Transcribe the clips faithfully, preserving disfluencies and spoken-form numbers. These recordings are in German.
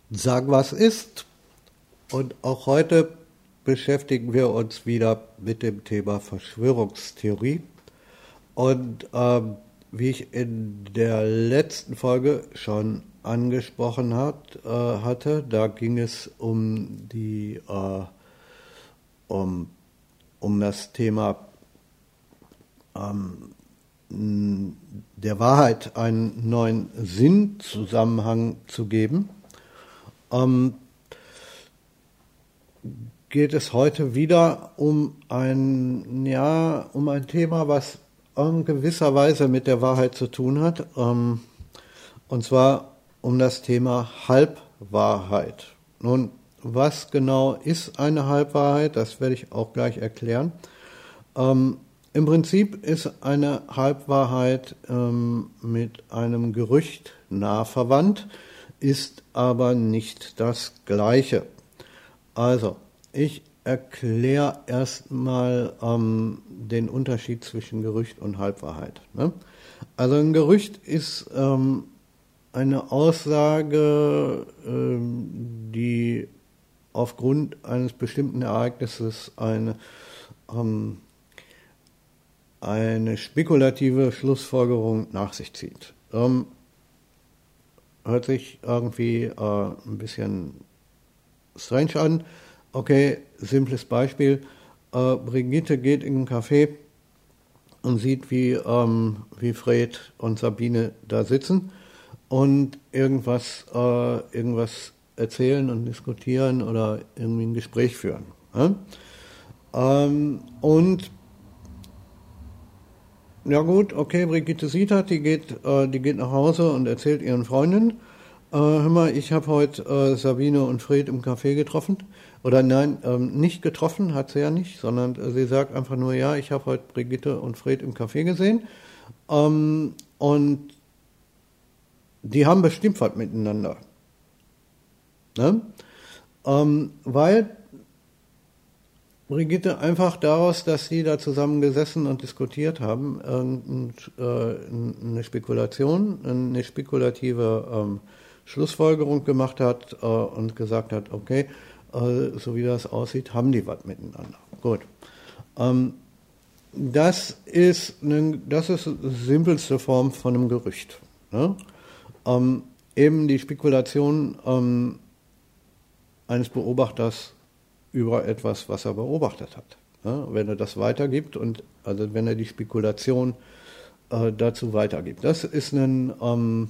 Sagen, was ist. Und auch heute beschäftigen wir uns wieder mit dem Thema Verschwörungstheorie. Und ähm, wie ich in der letzten Folge schon angesprochen hat, äh, hatte, da ging es um die äh, um, um das Thema ähm, der Wahrheit einen neuen Sinnzusammenhang zu geben. Ähm, geht es heute wieder um ein, ja, um ein Thema, was in gewisser Weise mit der Wahrheit zu tun hat, ähm, und zwar um das Thema Halbwahrheit. Nun, was genau ist eine Halbwahrheit? Das werde ich auch gleich erklären. Ähm, Im Prinzip ist eine Halbwahrheit ähm, mit einem Gerücht nah verwandt, ist aber nicht das Gleiche. Also, ich erkläre erstmal ähm, den Unterschied zwischen Gerücht und Halbwahrheit. Ne? Also ein Gerücht ist ähm, eine Aussage, ähm, die aufgrund eines bestimmten Ereignisses eine, ähm, eine spekulative Schlussfolgerung nach sich zieht. Ähm, hört sich irgendwie äh, ein bisschen strange an. Okay, simples Beispiel. Äh, Brigitte geht in ein Café und sieht, wie, ähm, wie Fred und Sabine da sitzen und irgendwas, äh, irgendwas erzählen und diskutieren oder irgendwie ein Gespräch führen. Ja? Ähm, und ja gut, okay, Brigitte sieht das, die geht, äh, die geht nach Hause und erzählt ihren Freundinnen, äh, hör mal, ich habe heute äh, Sabine und Fred im Café getroffen. Oder nein, ähm, nicht getroffen, hat sie ja nicht, sondern äh, sie sagt einfach nur, ja, ich habe heute Brigitte und Fred im Café gesehen. Ähm, und die haben bestimmt was miteinander. Ne? Ähm, weil Brigitte einfach daraus, dass sie da zusammen gesessen und diskutiert haben, äh, eine Spekulation, eine spekulative ähm, Schlussfolgerung gemacht hat äh, und gesagt hat, okay, äh, so wie das aussieht, haben die was miteinander. Gut. Ähm, das ist eine, das ist die simpelste Form von einem Gerücht. Ne? Ähm, eben die Spekulation ähm, eines Beobachters über etwas, was er beobachtet hat. Ja, wenn er das weitergibt und also wenn er die Spekulation äh, dazu weitergibt. Das ist ein, ähm,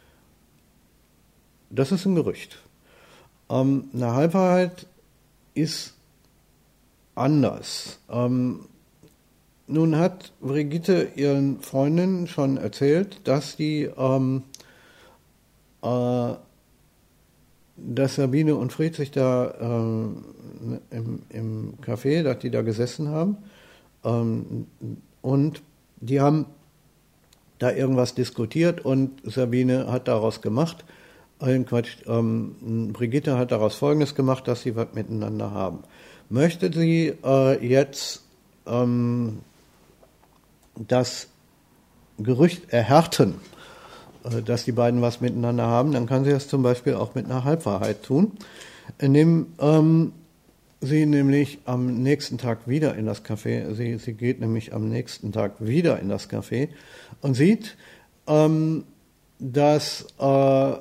das ist ein Gerücht. Ähm, eine Halbwahrheit ist anders. Ähm, nun hat Brigitte ihren Freundinnen schon erzählt, dass die ähm, äh, dass Sabine und Fred sich da äh, im, im Café, dass die da gesessen haben ähm, und die haben da irgendwas diskutiert und Sabine hat daraus gemacht, äh, Quatsch, ähm, Brigitte hat daraus Folgendes gemacht, dass sie was miteinander haben. Möchte sie äh, jetzt ähm, das Gerücht erhärten, dass die beiden was miteinander haben, dann kann sie das zum Beispiel auch mit einer Halbwahrheit tun, indem ähm, sie nämlich am nächsten Tag wieder in das Café, sie, sie geht nämlich am nächsten Tag wieder in das Café und sieht, ähm, dass äh,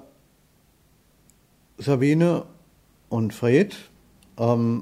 Sabine und Fred ähm,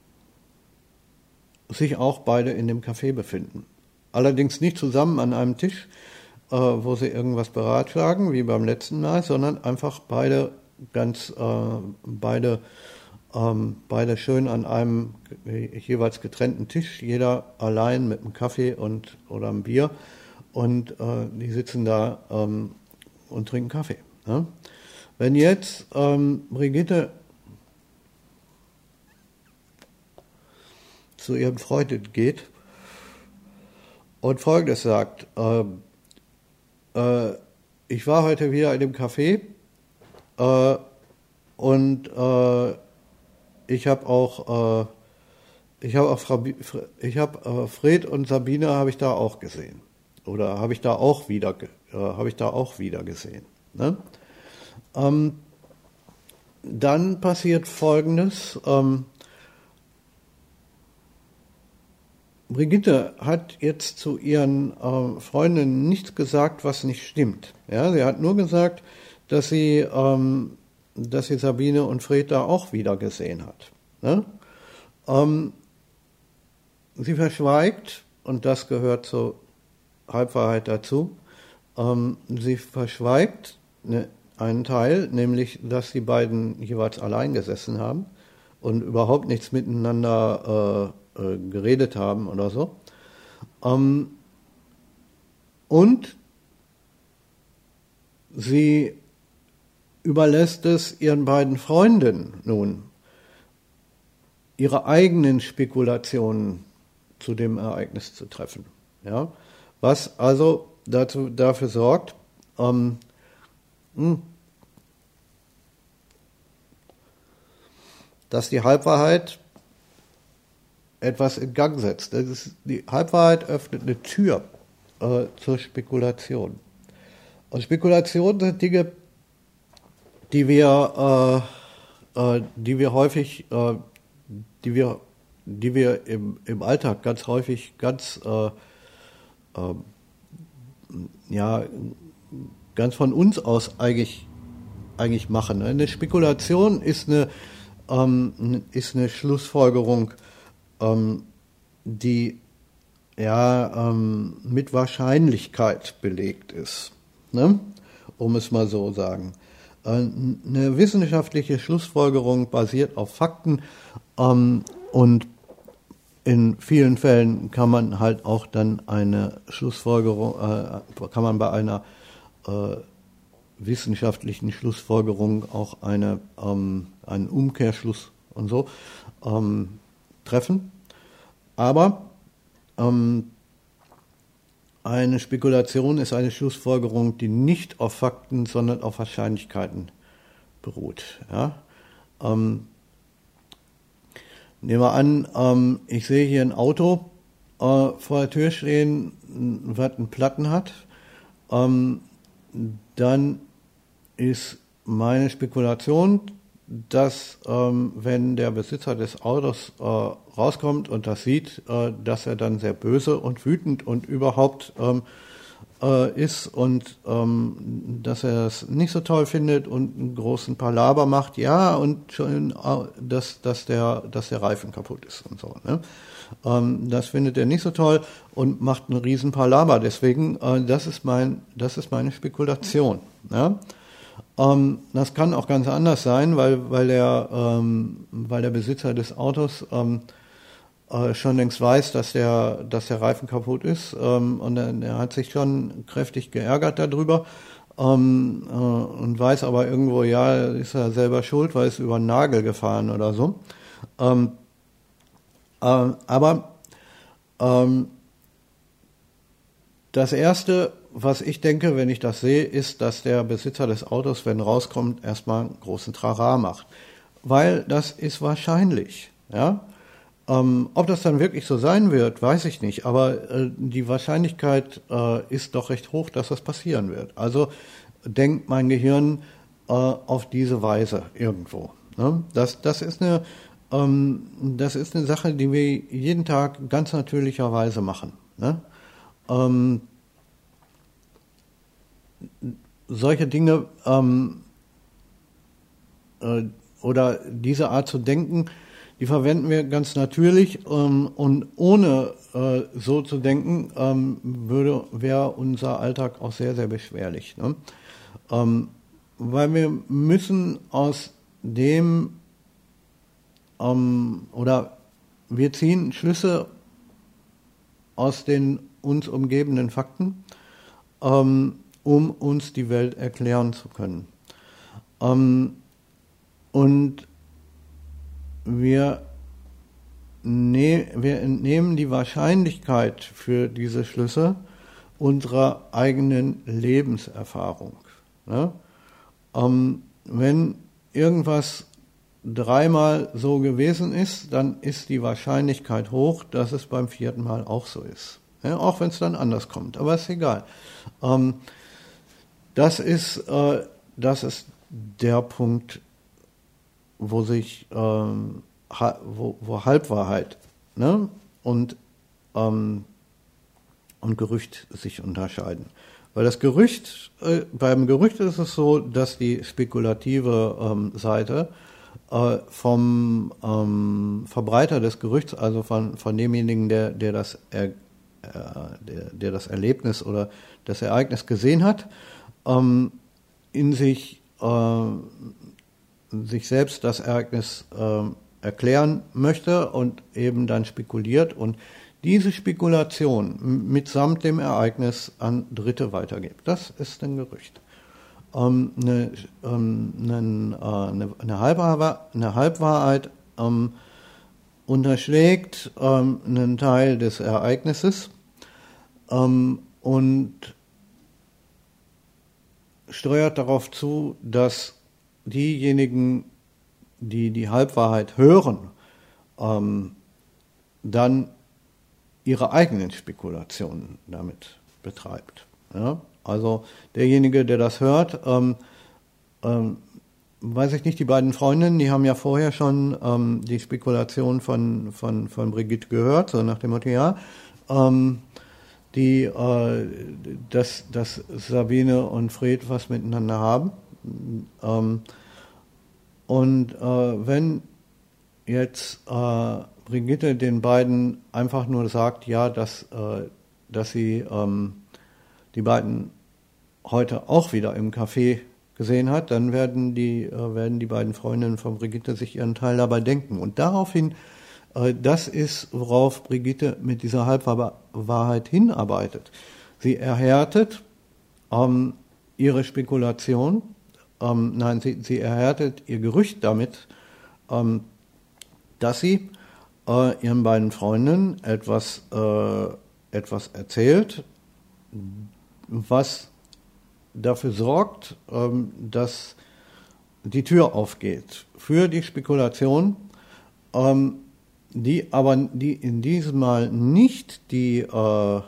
sich auch beide in dem Café befinden. Allerdings nicht zusammen an einem Tisch, äh, wo sie irgendwas beratschlagen, wie beim letzten Mal, sondern einfach beide ganz, äh, beide, ähm, beide schön an einem jeweils getrennten Tisch, jeder allein mit einem Kaffee und, oder einem Bier und äh, die sitzen da ähm, und trinken Kaffee. Ne? Wenn jetzt ähm, Brigitte zu ihren Freunden geht und Folgendes sagt, äh, äh, ich war heute wieder in dem Café äh, und äh, ich habe auch, äh, ich habe auch Frau, ich habe äh, Fred und Sabine habe ich da auch gesehen oder habe ich da auch wieder, äh, habe ich da auch wieder gesehen. Ne? Ähm, dann passiert Folgendes. Ähm, Brigitte hat jetzt zu ihren äh, Freundinnen nichts gesagt, was nicht stimmt. Ja, sie hat nur gesagt, dass sie, ähm, dass sie Sabine und Fred da auch wieder gesehen hat. Ne? Ähm, sie verschweigt, und das gehört zur Halbwahrheit dazu, ähm, sie verschweigt ne, einen Teil, nämlich, dass die beiden jeweils allein gesessen haben und überhaupt nichts miteinander äh, äh, geredet haben oder so. Ähm, und sie überlässt es ihren beiden Freundinnen nun, ihre eigenen Spekulationen zu dem Ereignis zu treffen. Ja? Was also dazu, dafür sorgt, ähm, dass die Halbwahrheit etwas in Gang setzt. Das ist, die Halbwahrheit öffnet eine Tür äh, zur Spekulation. Und Spekulationen sind Dinge, die wir, äh, äh, die wir häufig, äh, die wir, die wir im, im Alltag ganz häufig ganz, äh, äh, ja, ganz von uns aus eigentlich, eigentlich machen. Eine Spekulation ist eine, ähm, ist eine Schlussfolgerung, ähm, die ja ähm, mit Wahrscheinlichkeit belegt ist, ne? Um es mal so sagen. Äh, eine wissenschaftliche Schlussfolgerung basiert auf Fakten ähm, und in vielen Fällen kann man halt auch dann eine Schlussfolgerung, äh, kann man bei einer äh, wissenschaftlichen Schlussfolgerung auch eine, ähm, einen Umkehrschluss und so ähm, treffen. Aber ähm, eine Spekulation ist eine Schlussfolgerung, die nicht auf Fakten, sondern auf Wahrscheinlichkeiten beruht. Ja? Ähm, nehmen wir an, ähm, ich sehe hier ein Auto äh, vor der Tür stehen, was einen Platten hat. Ähm, dann ist meine Spekulation, dass ähm, wenn der Besitzer des Autos äh, rauskommt und das sieht, äh, dass er dann sehr böse und wütend und überhaupt ähm, äh, ist und ähm, dass er es nicht so toll findet und einen großen Palaver macht, ja, und schon, äh, dass, dass, der, dass der Reifen kaputt ist und so. Ne? Ähm, das findet er nicht so toll und macht einen riesen Palaver. Deswegen, äh, das ist mein, das ist meine Spekulation. Ja? Ähm, das kann auch ganz anders sein, weil, weil, der, ähm, weil der Besitzer des Autos ähm, äh, schon längst weiß, dass der, dass der Reifen kaputt ist ähm, und er, er hat sich schon kräftig geärgert darüber ähm, äh, und weiß aber irgendwo, ja, ist er selber schuld, weil es über einen Nagel gefahren oder so. Ähm, äh, aber ähm, das Erste, was ich denke, wenn ich das sehe, ist, dass der Besitzer des Autos, wenn rauskommt, erstmal einen großen Trara macht. Weil das ist wahrscheinlich. Ja? Ähm, ob das dann wirklich so sein wird, weiß ich nicht. Aber äh, die Wahrscheinlichkeit äh, ist doch recht hoch, dass das passieren wird. Also denkt mein Gehirn äh, auf diese Weise irgendwo. Ne? Das, das ist eine, ähm, das ist eine Sache, die wir jeden Tag ganz natürlicherweise machen. Ne? Ähm, solche Dinge ähm, äh, oder diese Art zu denken, die verwenden wir ganz natürlich ähm, und ohne äh, so zu denken, ähm, würde wäre unser Alltag auch sehr, sehr beschwerlich. Ne? Ähm, weil wir müssen aus dem ähm, oder wir ziehen Schlüsse aus den uns umgebenden Fakten, ähm, um uns die Welt erklären zu können. Ähm, und wir, ne, wir entnehmen die Wahrscheinlichkeit für diese Schlüsse unserer eigenen Lebenserfahrung. Ne? Ähm, wenn irgendwas dreimal so gewesen ist, dann ist die Wahrscheinlichkeit hoch, dass es beim vierten Mal auch so ist. Ja, auch wenn es dann anders kommt, aber ist egal. Ähm, das ist, äh, das ist der Punkt, wo sich ähm, ha, wo, wo Halbwahrheit, ne, und ähm, und Gerücht sich unterscheiden. Weil das Gerücht, äh, beim Gerücht ist es so, dass die spekulative ähm, Seite äh, vom ähm, Verbreiter des Gerüchts, also von, von demjenigen, der, der, das er, äh, der, der das Erlebnis oder das Ereignis gesehen hat, ähm, in sich, äh, sich selbst das Ereignis äh, erklären möchte und eben dann spekuliert und diese Spekulation mitsamt dem Ereignis an Dritte weitergibt. Das ist ein Gerücht. Ähm, eine, ähm, eine, eine, eine, Halbwahrheit, eine Halbwahrheit ähm, unterschlägt ähm, einen Teil des Ereignisses ähm, und steuert darauf zu, dass diejenigen, die die Halbwahrheit hören, ähm, dann ihre eigenen Spekulationen damit betreibt. Ja? Also derjenige, der das hört, ähm, ähm, weiß ich nicht, die beiden Freundinnen, die haben ja vorher schon ähm, die Spekulation von, von, von Brigitte gehört, so nach dem Motto, ja, ähm, die, äh, dass, dass Sabine und Fred was miteinander haben. Ähm, und äh, wenn jetzt äh, Brigitte den beiden einfach nur sagt, ja, dass, äh, dass sie ähm, die beiden heute auch wieder im Café gesehen hat, dann werden die, äh, werden die beiden Freundinnen von Brigitte sich ihren Teil dabei denken. Und daraufhin, äh, das ist, worauf Brigitte mit dieser Halbwahrheit hinarbeitet. Sie erhärtet ähm, ihre Spekulation, ähm, nein, sie, sie erhärtet ihr Gerücht damit, ähm, dass sie äh, ihren beiden Freundinnen etwas, äh, etwas erzählt, was dafür sorgt, ähm, dass die Tür aufgeht für die Spekulation, ähm, die aber die in diesem Mal nicht die äh,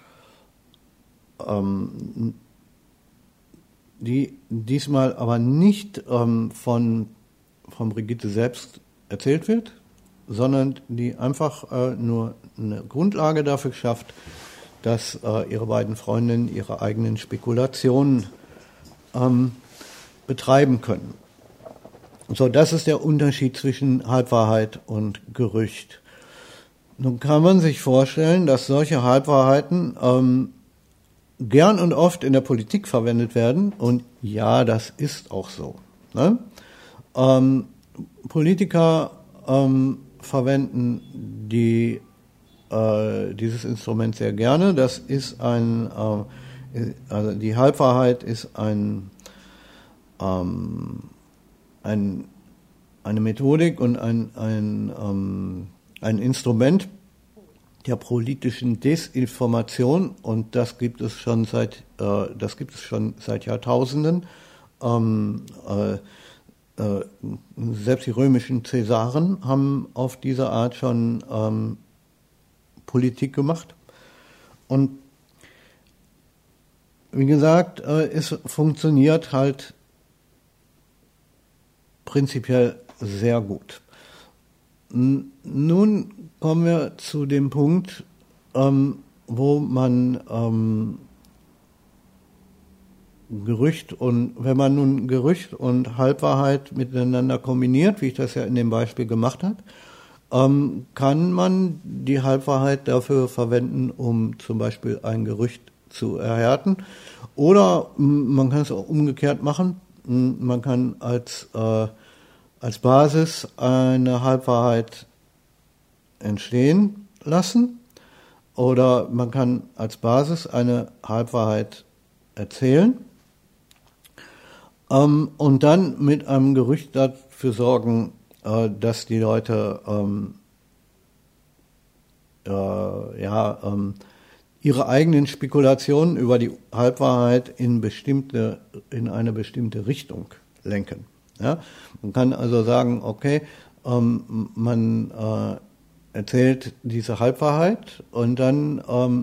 ähm, die diesmal aber nicht ähm, von, von Brigitte selbst erzählt wird, sondern die einfach äh, nur eine Grundlage dafür schafft, dass äh, ihre beiden Freundinnen ihre eigenen Spekulationen ähm, betreiben können. So, das ist der Unterschied zwischen Halbwahrheit und Gerücht. Nun kann man sich vorstellen, dass solche Halbwahrheiten ähm, gern und oft in der Politik verwendet werden. Und ja, das ist auch so. Ne? Ähm, Politiker ähm, verwenden die, äh, dieses Instrument sehr gerne. Das ist ein, äh, also die Halbwahrheit ist ein, ähm, ein, eine Methodik und ein, ein, ähm, ein Instrument der politischen Desinformation, und das gibt es schon seit äh, das gibt es schon seit Jahrtausenden. Ähm, äh, äh, selbst die römischen Cäsaren haben auf diese Art schon ähm, Politik gemacht. Und wie gesagt, äh, es funktioniert halt prinzipiell sehr gut. N- nun kommen wir zu dem Punkt, ähm, wo man ähm, Gerücht und, wenn man nun Gerücht und Halbwahrheit miteinander kombiniert, wie ich das ja in dem Beispiel gemacht habe, ähm, kann man die Halbwahrheit dafür verwenden, um zum Beispiel ein Gerücht zu erhärten. Oder m, man kann es auch umgekehrt machen. M, man kann als, äh, als Basis eine Halbwahrheit entstehen lassen, oder man kann als Basis eine Halbwahrheit erzählen ähm, und dann mit einem Gerücht dafür sorgen, äh, dass die Leute ähm, äh, ja, ähm, ihre eigenen Spekulationen über die Halbwahrheit in bestimmte, in eine bestimmte Richtung lenken. Ja? Man kann also sagen, okay, ähm, man äh, erzählt diese Halbwahrheit und dann ähm,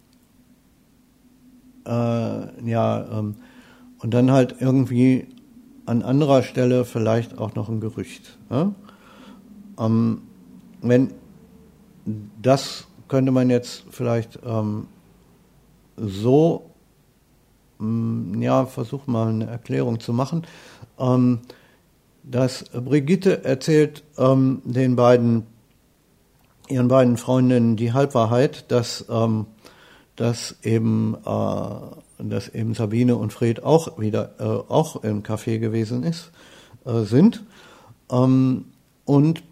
äh, ja ähm, und dann halt irgendwie an anderer Stelle vielleicht auch noch ein Gerücht. Ja? Ähm, wenn das könnte man jetzt vielleicht ähm, so, mh, ja, versuchen mal eine Erklärung zu machen, ähm, dass Brigitte erzählt ähm, den beiden, ihren beiden Freundinnen die Halbwahrheit, dass, ähm, dass eben, äh, dass eben Sabine und Fred auch wieder, äh, auch im Café gewesen ist, äh, sind, ähm, und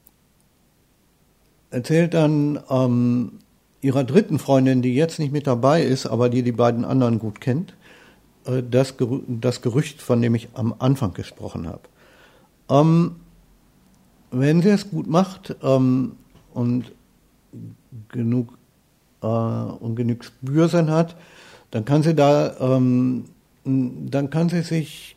erzählt dann ähm, ihrer dritten Freundin, die jetzt nicht mit dabei ist, aber die die beiden anderen gut kennt, äh, das, Gerü- das Gerücht, von dem ich am Anfang gesprochen habe. Ähm, wenn sie es gut macht ähm, und genug äh, und genug Spürsinn hat, dann kann sie da, ähm, dann kann sie sich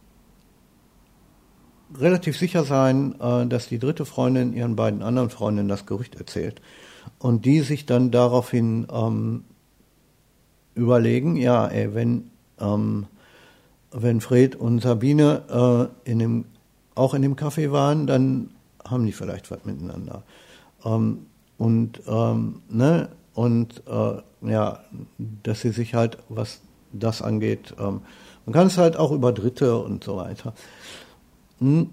relativ sicher sein, äh, dass die dritte Freundin ihren beiden anderen Freundinnen das Gerücht erzählt und die sich dann daraufhin ähm, überlegen, ja, ey, wenn ähm, wenn Fred und Sabine äh, in dem auch in dem Café waren, dann haben die vielleicht was miteinander. Ähm, und ähm, ne und äh, ja, dass sie sich halt, was das angeht, ähm, man kann es halt auch über Dritte und so weiter. Und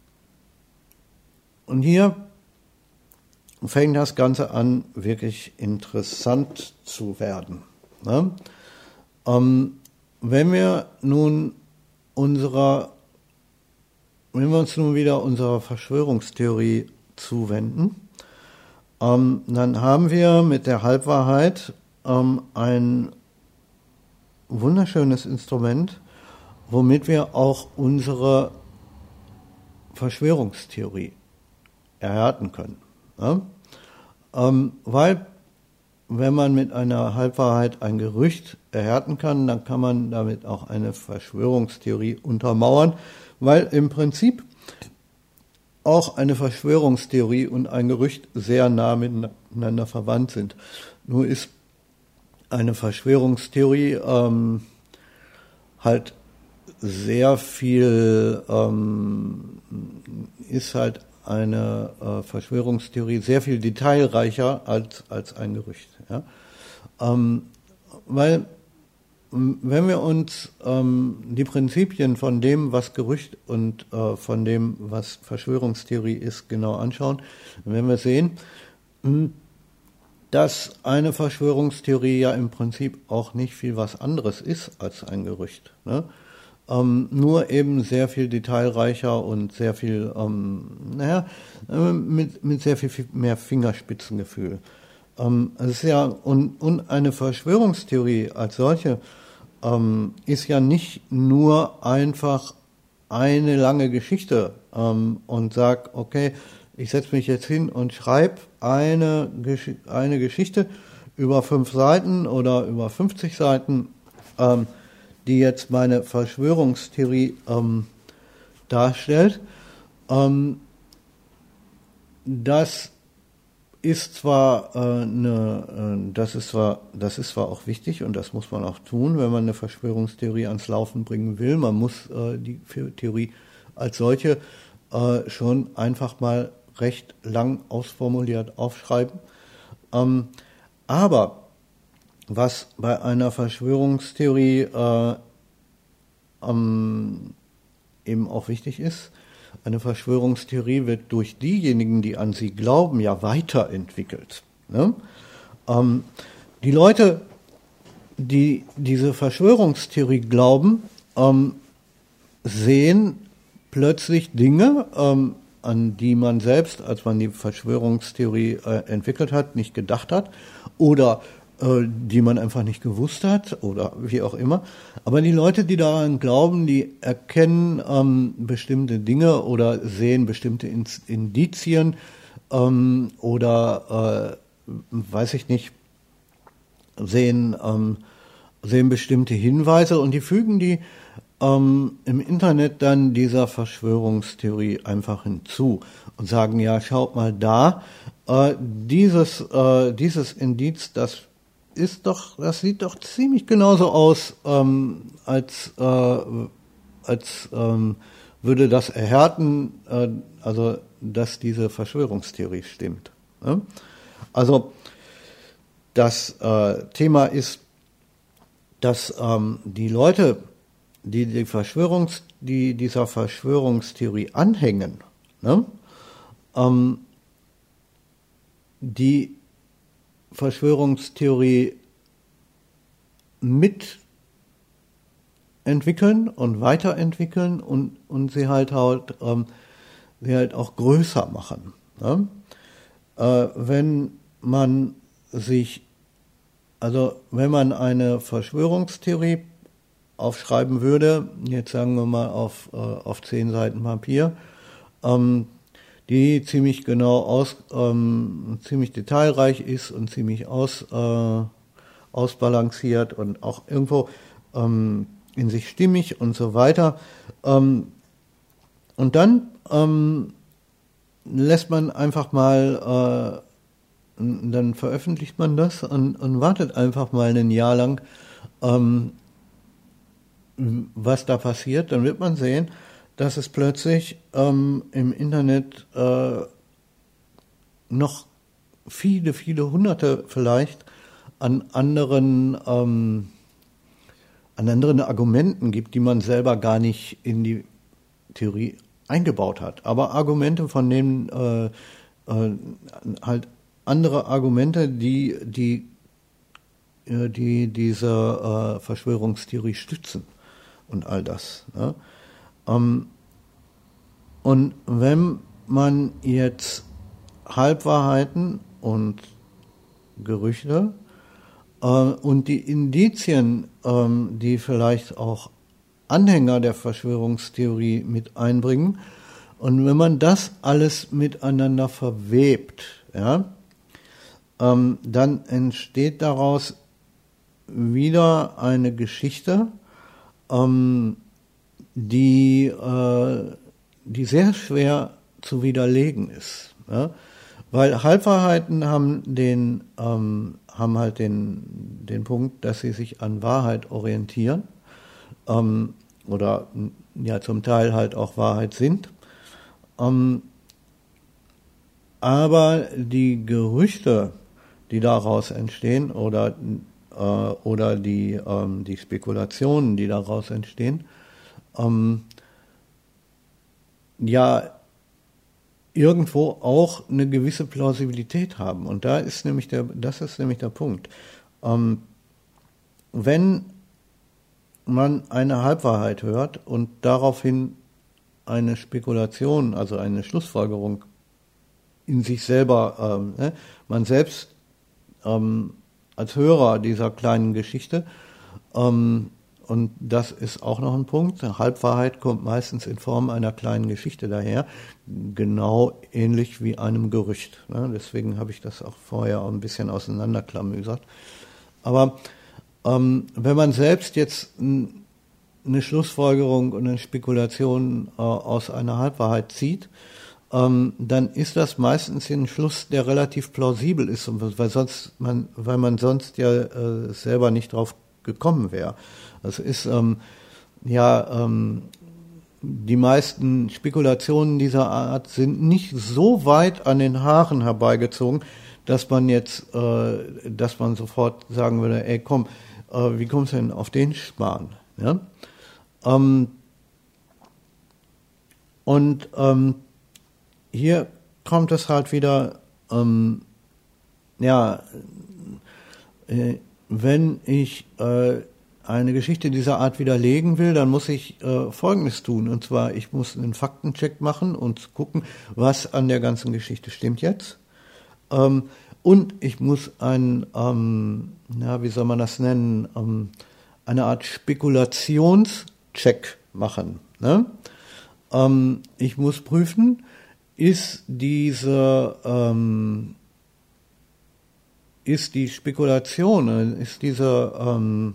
hier fängt das Ganze an, wirklich interessant zu werden. Ne? Ähm, wenn wir nun unserer, wenn wir uns nun wieder unserer Verschwörungstheorie zuwenden, ähm, dann haben wir mit der Halbwahrheit ähm, ein wunderschönes Instrument, womit wir auch unsere Verschwörungstheorie erhärten können. Ja? Ähm, weil, wenn man mit einer Halbwahrheit ein Gerücht erhärten kann, dann kann man damit auch eine Verschwörungstheorie untermauern, weil im Prinzip auch eine Verschwörungstheorie und ein Gerücht sehr nah miteinander verwandt sind. Nur ist eine Verschwörungstheorie ähm, halt sehr viel, ähm, ist halt eine äh, Verschwörungstheorie sehr viel detailreicher als, als ein Gerücht. Ja? Ähm, weil, wenn wir uns ähm, die Prinzipien von dem, was Gerücht und äh, von dem, was Verschwörungstheorie ist, genau anschauen, dann werden wir sehen, dass eine Verschwörungstheorie ja im Prinzip auch nicht viel was anderes ist als ein Gerücht. Ne? Ähm, nur eben sehr viel detailreicher und sehr viel, ähm, naja, mit, mit sehr viel mehr Fingerspitzengefühl. Ähm, es ist ja, und, und eine Verschwörungstheorie als solche ähm, ist ja nicht nur einfach eine lange Geschichte ähm, und sag, okay, ich setze mich jetzt hin und schreibe eine, Gesch- eine Geschichte über fünf Seiten oder über fünfzig Seiten, ähm, die jetzt meine Verschwörungstheorie ähm, darstellt. Ähm, das ist zwar äh, eine, äh, das ist zwar, das ist zwar auch wichtig und das muss man auch tun, wenn man eine Verschwörungstheorie ans Laufen bringen will. Man muss äh, die Theorie als solche äh, schon einfach mal recht lang ausformuliert aufschreiben. Ähm, aber was bei einer Verschwörungstheorie äh, ähm, eben auch wichtig ist, eine Verschwörungstheorie wird durch diejenigen, die an sie glauben, ja weiterentwickelt. Ne? Ähm, die Leute, die diese Verschwörungstheorie glauben, ähm, sehen plötzlich Dinge, ähm, an die man selbst, als man die Verschwörungstheorie äh, entwickelt hat, nicht gedacht hat oder äh, die man einfach nicht gewusst hat oder wie auch immer. Aber die Leute, die daran glauben, die erkennen ähm, bestimmte Dinge oder sehen bestimmte Indizien ähm, oder, äh, weiß ich nicht, sehen, ähm, sehen bestimmte Hinweise und die fügen die ähm, im Internet dann dieser Verschwörungstheorie einfach hinzu und sagen, ja, schaut mal da, äh, dieses, äh, dieses Indiz, das ist doch, das sieht doch ziemlich genauso aus, ähm, als, äh, als ähm, würde das erhärten, äh, also dass diese Verschwörungstheorie stimmt. Ne? Also das äh, Thema ist, dass ähm, die Leute, die, die, Verschwörungs, die dieser Verschwörungstheorie anhängen, ne, ähm, die Verschwörungstheorie mitentwickeln und weiterentwickeln und, und sie halt, halt, ähm, sie halt auch größer machen. Ne? Äh, wenn man sich, also wenn man eine Verschwörungstheorie aufschreiben würde, jetzt sagen wir mal auf, äh, auf zehn Seiten Papier, ähm, die ziemlich genau aus, ähm, ziemlich detailreich ist und ziemlich aus, äh, ausbalanciert und auch irgendwo ähm, in sich stimmig und so weiter. Ähm, und dann ähm, lässt man einfach mal, äh, dann veröffentlicht man das und, und wartet einfach mal ein Jahr lang, ähm, was da passiert. Dann wird man sehen, dass es plötzlich ähm, im Internet äh, noch viele, viele Hunderte vielleicht an anderen, ähm, an anderen Argumenten gibt, die man selber gar nicht in die Theorie eingebaut hat. Aber Argumente, von denen äh, äh, halt andere Argumente, die, die, äh, die diese äh, Verschwörungstheorie stützen und all das. Ne? Ähm, und wenn man jetzt Halbwahrheiten und Gerüchte äh, und die Indizien, ähm, die vielleicht auch Anhänger der Verschwörungstheorie mit einbringen, und wenn man das alles miteinander verwebt, ja, ähm, dann entsteht daraus wieder eine Geschichte, ähm, die, äh, die sehr schwer zu widerlegen ist. Ja? Weil Halbwahrheiten haben den, ähm, haben halt den, den Punkt, dass sie sich an Wahrheit orientieren, ähm, oder ja zum Teil halt auch Wahrheit sind. Ähm, aber die Gerüchte, die daraus entstehen, oder, äh, oder die, ähm, die Spekulationen, die daraus entstehen, ähm, ja irgendwo auch eine gewisse Plausibilität haben. Und da ist nämlich der, das ist nämlich der Punkt. Ähm, wenn man eine Halbwahrheit hört und daraufhin eine Spekulation, also eine Schlussfolgerung in sich selber, ähm, ne, man selbst ähm, als Hörer dieser kleinen Geschichte, ähm, und das ist auch noch ein Punkt, eine Halbwahrheit kommt meistens in Form einer kleinen Geschichte daher, genau ähnlich wie einem Gerücht. Ne? Deswegen habe ich das auch vorher auch ein bisschen auseinanderklamüsert. Aber ähm, wenn man selbst jetzt n- eine Schlussfolgerung und eine Spekulation äh, aus einer Halbwahrheit zieht, ähm, dann ist das meistens ein Schluss, der relativ plausibel ist, weil sonst man, weil man sonst ja äh, selber nicht drauf gekommen wäre. Das ist ähm, ja ähm, die meisten Spekulationen dieser Art sind nicht so weit an den Haaren herbeigezogen, dass man jetzt, äh, dass man sofort sagen würde, ey komm, äh, wie kommst du denn auf den Schmarrn? Ja? Ähm, und ähm, hier kommt es halt wieder, ähm, ja, äh, wenn ich äh, eine Geschichte dieser Art widerlegen will, dann muss ich äh, Folgendes tun. Und zwar, ich muss einen Faktencheck machen und gucken, was an der ganzen Geschichte stimmt jetzt. Ähm, und ich muss ein, ähm, ja, wie soll man das nennen, ähm, eine Art Spekulationscheck machen. Ne? Ähm, ich muss prüfen, ist diese, ähm, ist die Spekulation, ist diese, ähm,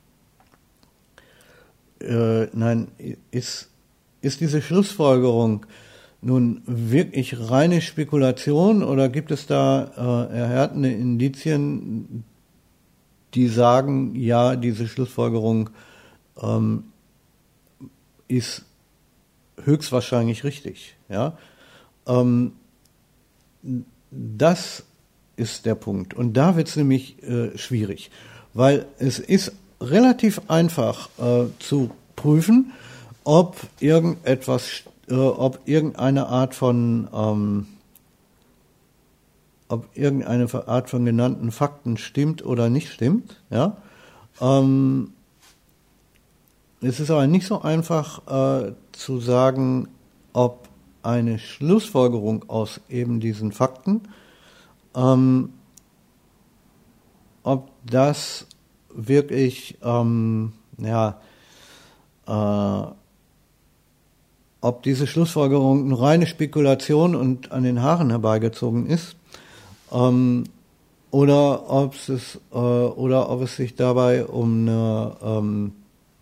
äh, nein, ist, ist diese Schlussfolgerung nun wirklich reine Spekulation oder gibt es da äh, erhärtende Indizien, die sagen, ja, diese Schlussfolgerung ähm, ist höchstwahrscheinlich richtig. Ja? Ähm, das ist der Punkt. Und da wird es nämlich äh, schwierig, weil es ist relativ einfach äh, zu prüfen, ob irgendetwas, äh, ob irgendeine Art von, ähm, ob irgendeine Art von genannten Fakten stimmt oder nicht stimmt. Ja? Ähm, es ist aber nicht so einfach äh, zu sagen, ob eine Schlussfolgerung aus eben diesen Fakten, ähm, ob das wirklich, ähm, ja, äh, ob diese Schlussfolgerung eine reine Spekulation und an den Haaren herbeigezogen ist, ähm, oder ob es äh, oder ob es sich dabei um eine ähm,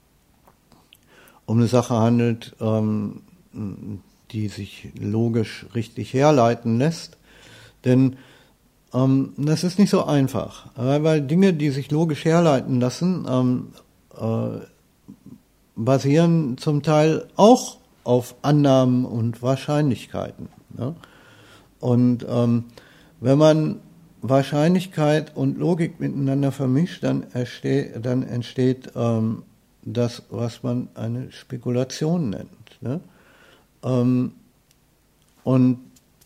um eine Sache handelt, ähm, die sich logisch richtig herleiten lässt. Denn ähm, das ist nicht so einfach, weil Dinge, die sich logisch herleiten lassen, ähm, äh, basieren zum Teil auch auf Annahmen und Wahrscheinlichkeiten. Ne? Und ähm, wenn man Wahrscheinlichkeit und Logik miteinander vermischt, dann, erste, dann entsteht ähm, das, was man eine Spekulation nennt. Ne? Ähm, und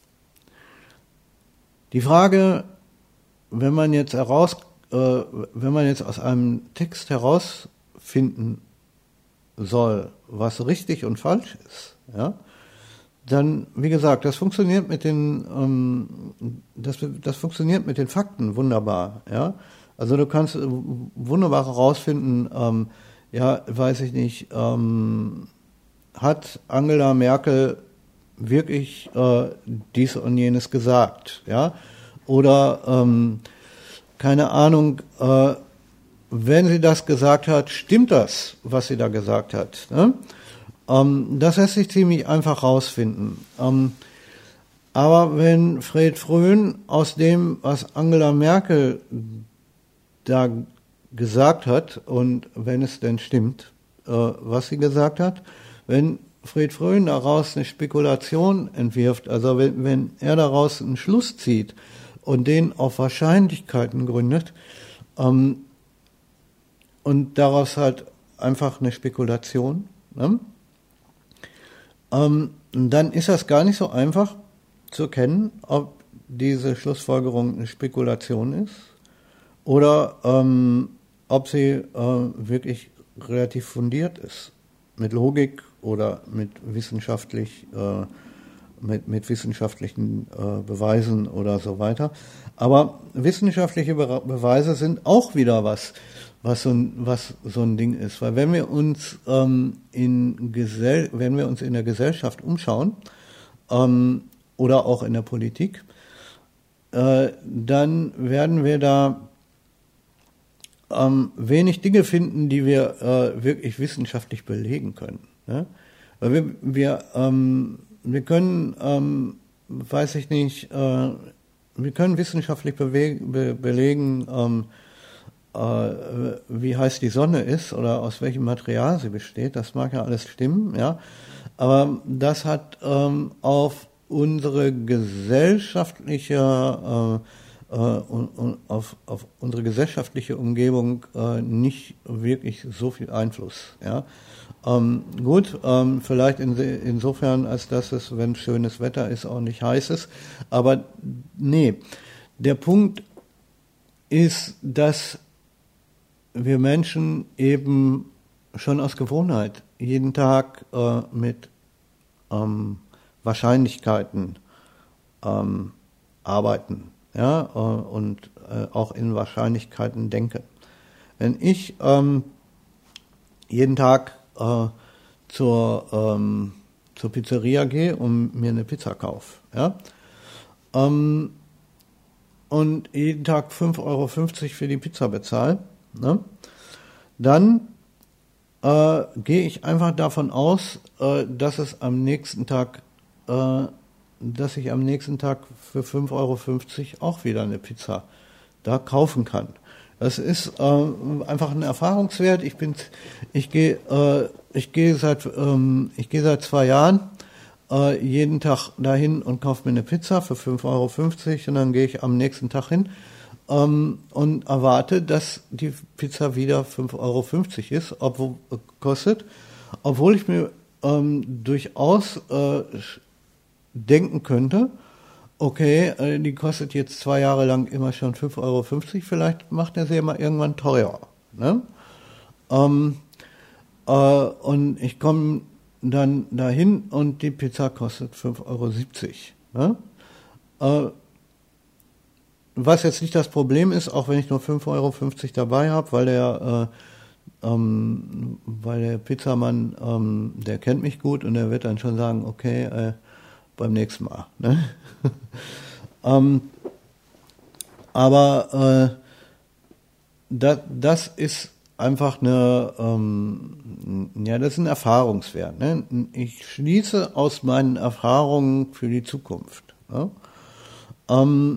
die Frage, wenn man jetzt heraus, äh, wenn man jetzt aus einem Text herausfinden soll, was richtig und falsch ist, ja, dann, wie gesagt, das funktioniert mit den, ähm, das, das funktioniert mit den Fakten wunderbar, ja. Also du kannst wunderbar herausfinden, ähm, ja, weiß ich nicht, ähm, hat Angela Merkel wirklich äh, dies und jenes gesagt, ja, oder ähm, keine Ahnung, äh, wenn sie das gesagt hat, stimmt das, was sie da gesagt hat, ne? Ähm, das lässt sich ziemlich einfach rausfinden. Ähm, aber wenn Fred Fröhn aus dem, was Angela Merkel da gesagt hat, und wenn es denn stimmt, äh, was sie gesagt hat, wenn Fred Fröhn daraus eine Spekulation entwirft, also wenn, wenn er daraus einen Schluss zieht und den auf Wahrscheinlichkeiten gründet, ähm, und daraus halt einfach eine Spekulation, ne? ähm, dann ist das gar nicht so einfach zu erkennen, ob diese Schlussfolgerung eine Spekulation ist oder ähm, ob sie äh, wirklich relativ fundiert ist, mit Logik oder mit wissenschaftlich, äh, mit, mit wissenschaftlichen äh, Beweisen oder so weiter. Aber wissenschaftliche Be- Beweise sind auch wieder was, was so ein, was so ein Ding ist. Weil wenn wir uns ähm, in Gesell- wenn wir uns in der Gesellschaft umschauen, ähm, oder auch in der Politik, äh, dann werden wir da ähm, wenig Dinge finden, die wir äh, wirklich wissenschaftlich belegen können. Ne? Weil wir, wir, ähm, wir können, ähm, weiß ich nicht, äh, wir können wissenschaftlich bewe- be- belegen, ähm, äh, wie heiß die Sonne ist oder aus welchem Material sie besteht. Das mag ja alles stimmen, ja. Aber das hat ähm, auf unsere gesellschaftliche äh, äh, und, und auf, auf unsere gesellschaftliche Umgebung äh, nicht wirklich so viel Einfluss. Ja? Ähm, gut, ähm, vielleicht in, insofern, als dass es, wenn schönes Wetter ist, auch nicht heiß ist. Aber nee, der Punkt ist, dass wir Menschen eben schon aus Gewohnheit jeden Tag äh, mit ähm, Wahrscheinlichkeiten ähm, arbeiten, ja, äh, und äh, auch in Wahrscheinlichkeiten denken. Wenn ich ähm, jeden Tag äh, zur, ähm, zur Pizzeria gehe und mir eine Pizza kaufe, ja, ähm, und jeden Tag fünf Euro fünfzig für die Pizza bezahle, ne, dann äh, gehe ich einfach davon aus, äh, dass es am nächsten Tag äh, dass ich am nächsten Tag für fünf Euro fünfzig auch wieder eine Pizza da kaufen kann. Das ist äh, einfach ein Erfahrungswert. Ich bin, ich gehe, äh, ich gehe seit, ähm, ich gehe seit zwei Jahren äh, jeden Tag dahin und kaufe mir eine Pizza für fünf Euro fünfzig und dann gehe ich am nächsten Tag hin ähm, und erwarte, dass die Pizza wieder fünf Euro fünfzig ist, obwohl äh, kostet, obwohl ich mir ähm, durchaus äh, denken könnte, okay, äh, die kostet jetzt zwei Jahre lang immer schon fünf Euro fünfzig, vielleicht macht er sie ja mal irgendwann teurer. Ne? Ähm, äh, und ich komme dann dahin und die Pizza kostet fünf Euro siebzig. Ne? Äh, was jetzt nicht das Problem ist, auch wenn ich nur fünf Euro fünfzig dabei habe, weil der, äh, ähm, weil der Pizzamann, ähm, der kennt mich gut und der wird dann schon sagen, okay, äh, beim nächsten Mal. Ne? ähm, aber äh, das, das ist einfach eine, ähm, ja, das ist ein Erfahrungswert. Ne? Ich schließe aus meinen Erfahrungen für die Zukunft. Ne? Ähm,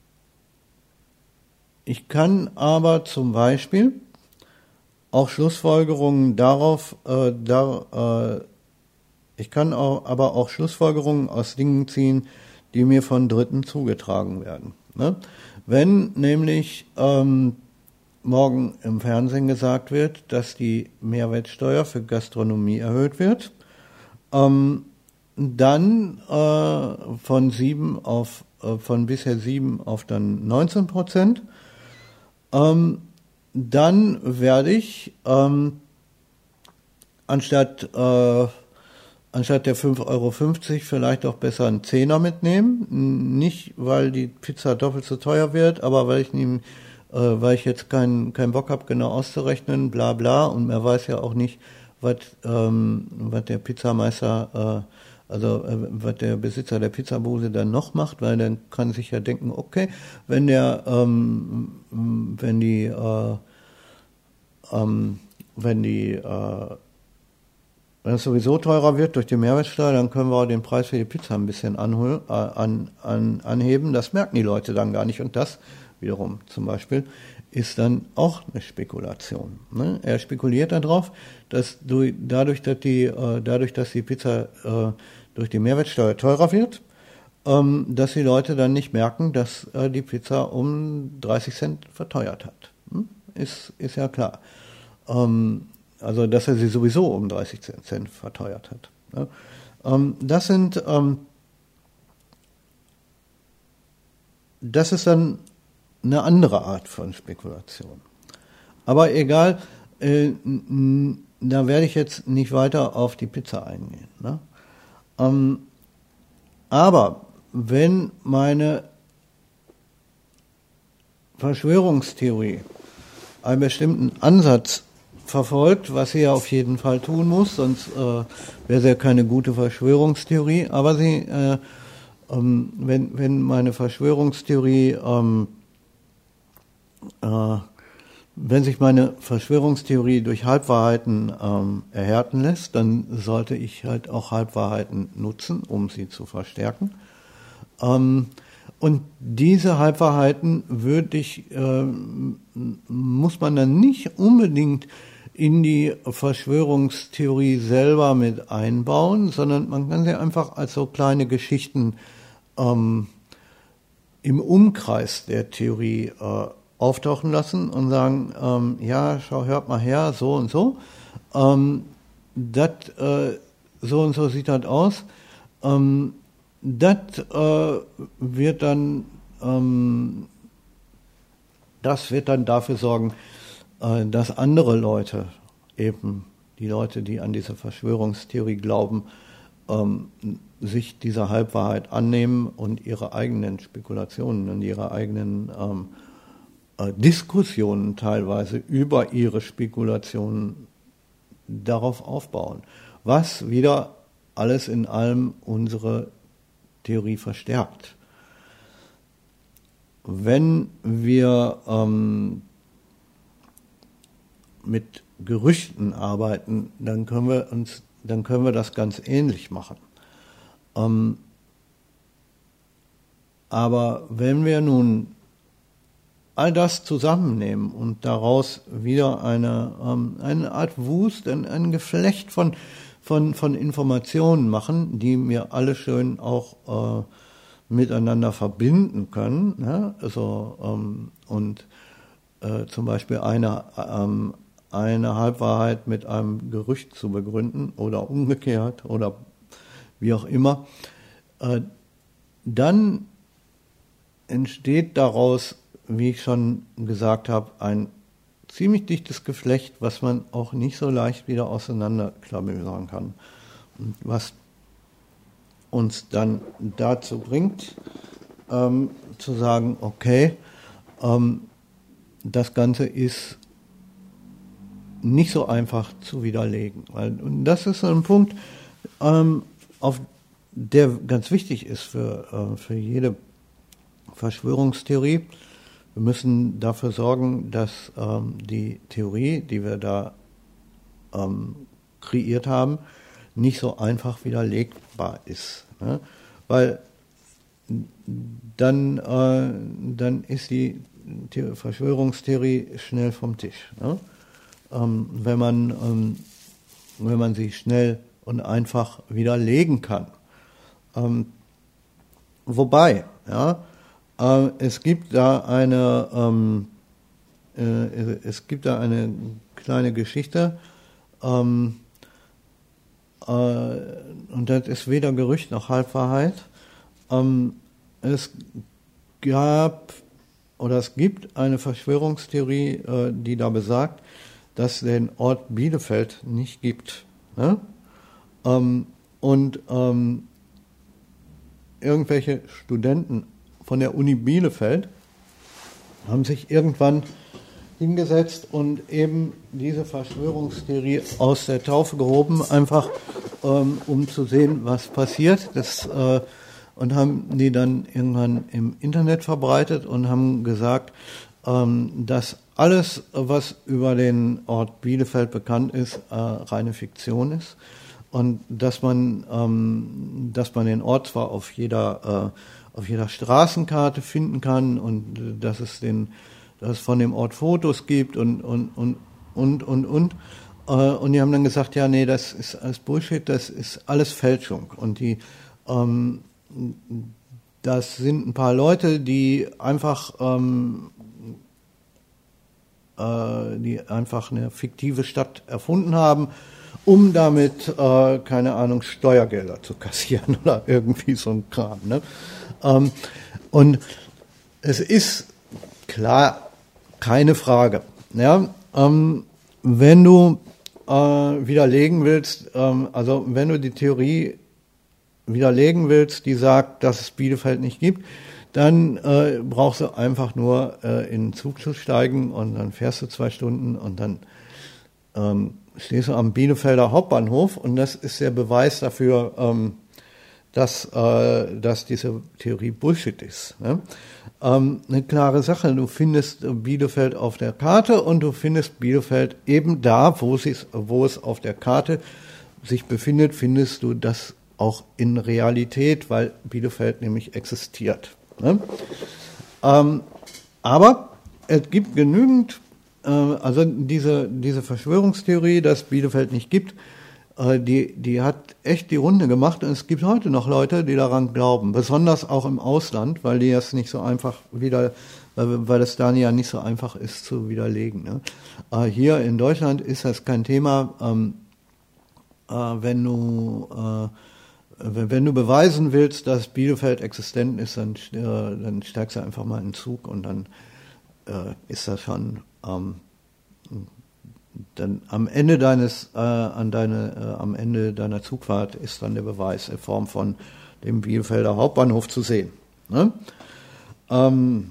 ich kann aber zum Beispiel auch Schlussfolgerungen darauf, äh, da, äh, ich kann auch, aber auch Schlussfolgerungen aus Dingen ziehen, die mir von Dritten zugetragen werden. Ne? Wenn nämlich ähm, morgen im Fernsehen gesagt wird, dass die Mehrwertsteuer für Gastronomie erhöht wird, ähm, dann äh, von sieben auf äh, von bisher sieben auf dann neunzehn Prozent, ähm, dann werde ich ähm, anstatt äh, anstatt der fünf Euro fünfzig vielleicht auch besser einen Zehner mitnehmen. Nicht, weil die Pizza doppelt so teuer wird, aber weil ich, nehm, äh, weil ich jetzt keinen keinen Bock habe, genau auszurechnen, bla bla. Und man weiß ja auch nicht, was ähm, was der Pizzameister, äh, also äh, was der Besitzer der Pizzabude dann noch macht, weil dann kann sich ja denken, okay, wenn der, ähm, wenn die, äh, ähm, wenn die äh, Wenn es sowieso teurer wird durch die Mehrwertsteuer, dann können wir auch den Preis für die Pizza ein bisschen anhö- äh, an, an, anheben. Das merken die Leute dann gar nicht. Und das wiederum zum Beispiel ist dann auch eine Spekulation. Ne? Er spekuliert darauf, dass du, dadurch, dass die, äh, dadurch, dass die Pizza äh, durch die Mehrwertsteuer teurer wird, ähm, dass die Leute dann nicht merken, dass äh, die Pizza um dreißig Cent verteuert hat. Hm? Ist, ist ja klar. Ähm, Also, dass er sie sowieso um dreißig Cent verteuert hat. Ja. Ähm, das sind, ähm, das ist dann eine andere Art von Spekulation. Aber egal, äh, n- da werde ich jetzt nicht weiter auf die Pizza eingehen. Ne? Ähm, aber wenn meine Verschwörungstheorie einen bestimmten Ansatz verfolgt, was sie ja auf jeden Fall tun muss, sonst äh, wäre sie ja keine gute Verschwörungstheorie. Aber sie, äh, ähm, wenn, wenn meine Verschwörungstheorie, ähm, äh, wenn sich meine Verschwörungstheorie durch Halbwahrheiten ähm, erhärten lässt, dann sollte ich halt auch Halbwahrheiten nutzen, um sie zu verstärken. Ähm, Und diese Halbwahrheiten würde ich, äh, muss man dann nicht unbedingt in die Verschwörungstheorie selber mit einbauen, sondern man kann sie einfach als so kleine Geschichten ähm, im Umkreis der Theorie äh, auftauchen lassen und sagen, ähm, ja, schau, hört mal her, so und so. Ähm, dat, äh, so und so sieht das aus. Ähm, Das äh, wird dann, ähm, das wird dann dafür sorgen, äh, dass andere Leute, eben die Leute, die an diese Verschwörungstheorie glauben, ähm, sich dieser Halbwahrheit annehmen und ihre eigenen Spekulationen und ihre eigenen ähm, äh, Diskussionen teilweise über ihre Spekulationen darauf aufbauen, was wieder alles in allem unsere Theorie verstärkt. Wenn wir ähm, mit Gerüchten arbeiten, dann können wir uns, dann können wir das ganz ähnlich machen. Ähm, aber wenn wir nun all das zusammennehmen und daraus wieder eine, ähm, eine Art Wust, ein, ein Geflecht von, von, von Informationen machen, die mir alle schön auch äh, miteinander verbinden können. Ja? Also, ähm, und äh, zum Beispiel eine, ähm, eine Halbwahrheit mit einem Gerücht zu begründen oder umgekehrt oder wie auch immer, äh, dann entsteht daraus, wie ich schon gesagt habe, ein ziemlich dichtes Geflecht, was man auch nicht so leicht wieder auseinanderklabüsern kann. Und was uns dann dazu bringt, ähm, zu sagen, okay, ähm, das Ganze ist nicht so einfach zu widerlegen. Weil, und das ist so ein Punkt, ähm, auf der ganz wichtig ist für, äh, für jede Verschwörungstheorie. Wir müssen dafür sorgen, dass ähm, die Theorie, die wir da ähm, kreiert haben, nicht so einfach widerlegbar ist. Ne? Weil dann, äh, dann ist die The- Verschwörungstheorie schnell vom Tisch. Ne? Ähm, wenn man, ähm, wenn man sie schnell und einfach widerlegen kann. Ähm, wobei, ja, äh, es gibt da eine, ähm, äh, es gibt da eine kleine Geschichte, ähm, äh, und das ist weder Gerücht noch Halbwahrheit. Ähm, es gab oder es gibt eine Verschwörungstheorie, äh, die da besagt, dass es den Ort Bielefeld nicht gibt. Ne? Ähm, und ähm, irgendwelche Studenten von der Uni Bielefeld haben sich irgendwann hingesetzt und eben diese Verschwörungstheorie aus der Taufe gehoben, einfach ähm, um zu sehen, was passiert. Das, äh, und haben die dann irgendwann im Internet verbreitet und haben gesagt, ähm, dass alles, was über den Ort Bielefeld bekannt ist, äh, reine Fiktion ist. Und dass man, ähm, dass man den Ort zwar auf jeder, äh, auf jeder Straßenkarte finden kann und äh, dass es den, dass es von dem Ort Fotos gibt und und und und und und äh, und die haben dann gesagt, ja, nee, das ist alles Bullshit, das ist alles Fälschung. Und die, ähm, das sind ein paar Leute, die einfach, ähm, äh, die einfach eine fiktive Stadt erfunden haben, um damit, äh, keine Ahnung, Steuergelder zu kassieren oder irgendwie so ein Kram. Ne? Ähm, und es ist klar, keine Frage. Ja? Ähm, wenn du äh, widerlegen willst, ähm, also wenn du die Theorie widerlegen willst, die sagt, dass es Bielefeld nicht gibt, dann äh, brauchst du einfach nur äh, in den Zug zu steigen und dann fährst du zwei Stunden und dann ähm, stehst du am Bielefelder Hauptbahnhof und das ist der Beweis dafür, ähm, dass, äh, dass diese Theorie Bullshit ist. Ne? Ähm, eine klare Sache, du findest Bielefeld auf der Karte und du findest Bielefeld eben da, wo es, wo es auf der Karte sich befindet, findest du das auch in Realität, weil Bielefeld nämlich existiert. Ne? Ähm, aber es gibt genügend, äh, also diese, diese Verschwörungstheorie, dass Bielefeld nicht gibt, äh, die, die hat echt die Runde gemacht und es gibt heute noch Leute, die daran glauben, besonders auch im Ausland, weil die das nicht so einfach wieder, weil, weil es da ja nicht so einfach ist zu widerlegen. Ne? Äh, hier in Deutschland ist das kein Thema, ähm, äh, wenn du äh, Wenn du beweisen willst, dass Bielefeld existent ist, dann, äh, dann steigst du einfach mal in den Zug und dann äh, ist das schon ähm, dann am Ende deines äh, an deine äh, am Ende deiner Zugfahrt ist dann der Beweis in Form von dem Bielefelder Hauptbahnhof zu sehen. Ne? Ähm,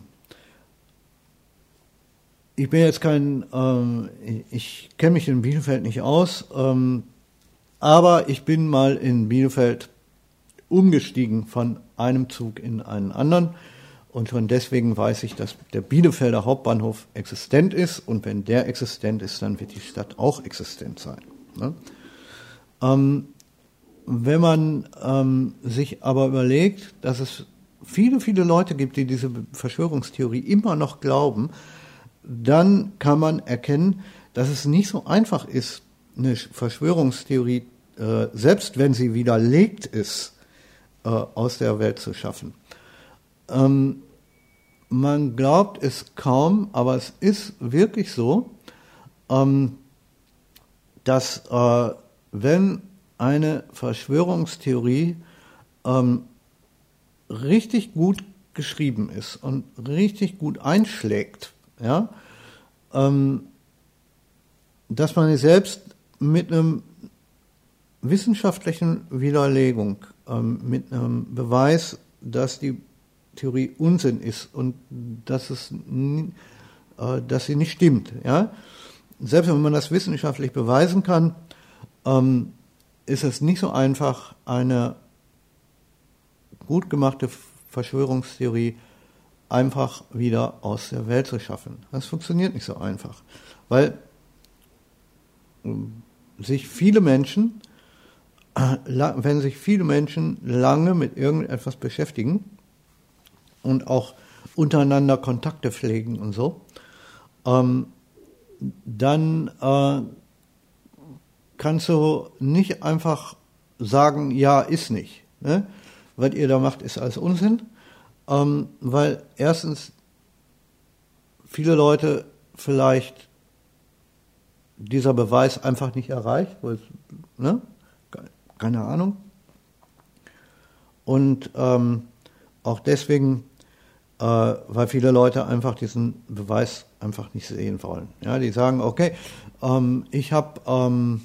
ich bin jetzt kein, ähm, ich, ich kenne mich in Bielefeld nicht aus, ähm, aber ich bin mal in Bielefeld umgestiegen von einem Zug in einen anderen und schon deswegen weiß ich, dass der Bielefelder Hauptbahnhof existent ist und wenn der existent ist, dann wird die Stadt auch existent sein. Ne? Ähm, wenn man ähm, sich aber überlegt, dass es viele, viele Leute gibt, die diese Verschwörungstheorie immer noch glauben, dann kann man erkennen, dass es nicht so einfach ist, eine Verschwörungstheorie, äh, selbst wenn sie widerlegt ist, äh, aus der Welt zu schaffen. Ähm, man glaubt es kaum, aber es ist wirklich so, ähm, dass äh, wenn eine Verschwörungstheorie ähm, richtig gut geschrieben ist und richtig gut einschlägt, ja, ähm, dass man selbst mit einem wissenschaftlichen Widerlegung, ähm, mit einem Beweis, dass die Theorie Unsinn ist und dass es, äh, dass sie nicht stimmt, ja, selbst wenn man das wissenschaftlich beweisen kann, ähm, ist es nicht so einfach, eine gut gemachte Verschwörungstheorie einfach wieder aus der Welt zu schaffen. Das funktioniert nicht so einfach, weil sich viele Menschen, wenn sich viele Menschen lange mit irgendetwas beschäftigen und auch untereinander Kontakte pflegen und so, ähm, dann äh, kannst du nicht einfach sagen, ja, ist nicht. Ne? Was ihr da macht, ist alles Unsinn. Ähm, weil erstens viele Leute vielleicht dieser Beweis einfach nicht erreicht, weil, ne? Keine Ahnung. Und ähm, auch deswegen, äh, weil viele Leute einfach diesen Beweis einfach nicht sehen wollen. Ja, die sagen, okay, ähm, ich habe ähm,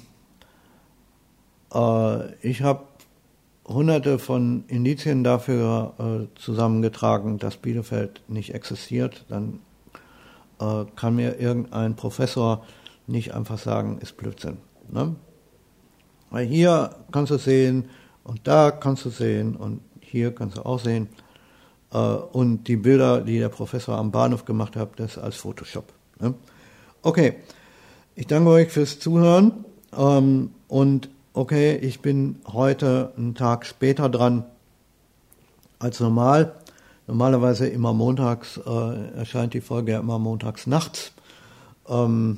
äh, ich habe hunderte von Indizien dafür äh, zusammengetragen, dass Bielefeld nicht existiert, dann äh, kann mir irgendein Professor nicht einfach sagen, ist Blödsinn. Ne? Weil hier kannst du sehen und da kannst du sehen und hier kannst du auch sehen. Äh, und die Bilder, die der Professor am Bahnhof gemacht hat, das ist als Photoshop. Ne? Okay, ich danke euch fürs Zuhören ähm, und okay, ich bin heute einen Tag später dran als normal. Normalerweise immer montags, äh, erscheint die Folge ja immer montags nachts. Ähm,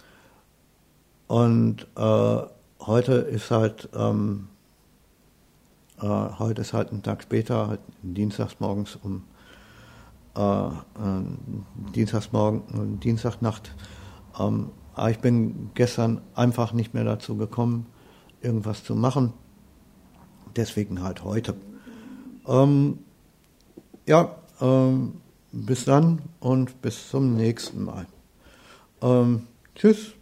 und äh, heute ist halt, ähm, äh, heute ist halt ein Tag später, halt dienstags morgens um äh, äh, Dienstagsmorgen, äh, Dienstagnacht. Ähm, aber ich bin gestern einfach nicht mehr dazu gekommen, irgendwas zu machen. Deswegen halt heute. Ähm, ja, ähm, bis dann und bis zum nächsten Mal. Ähm, tschüss.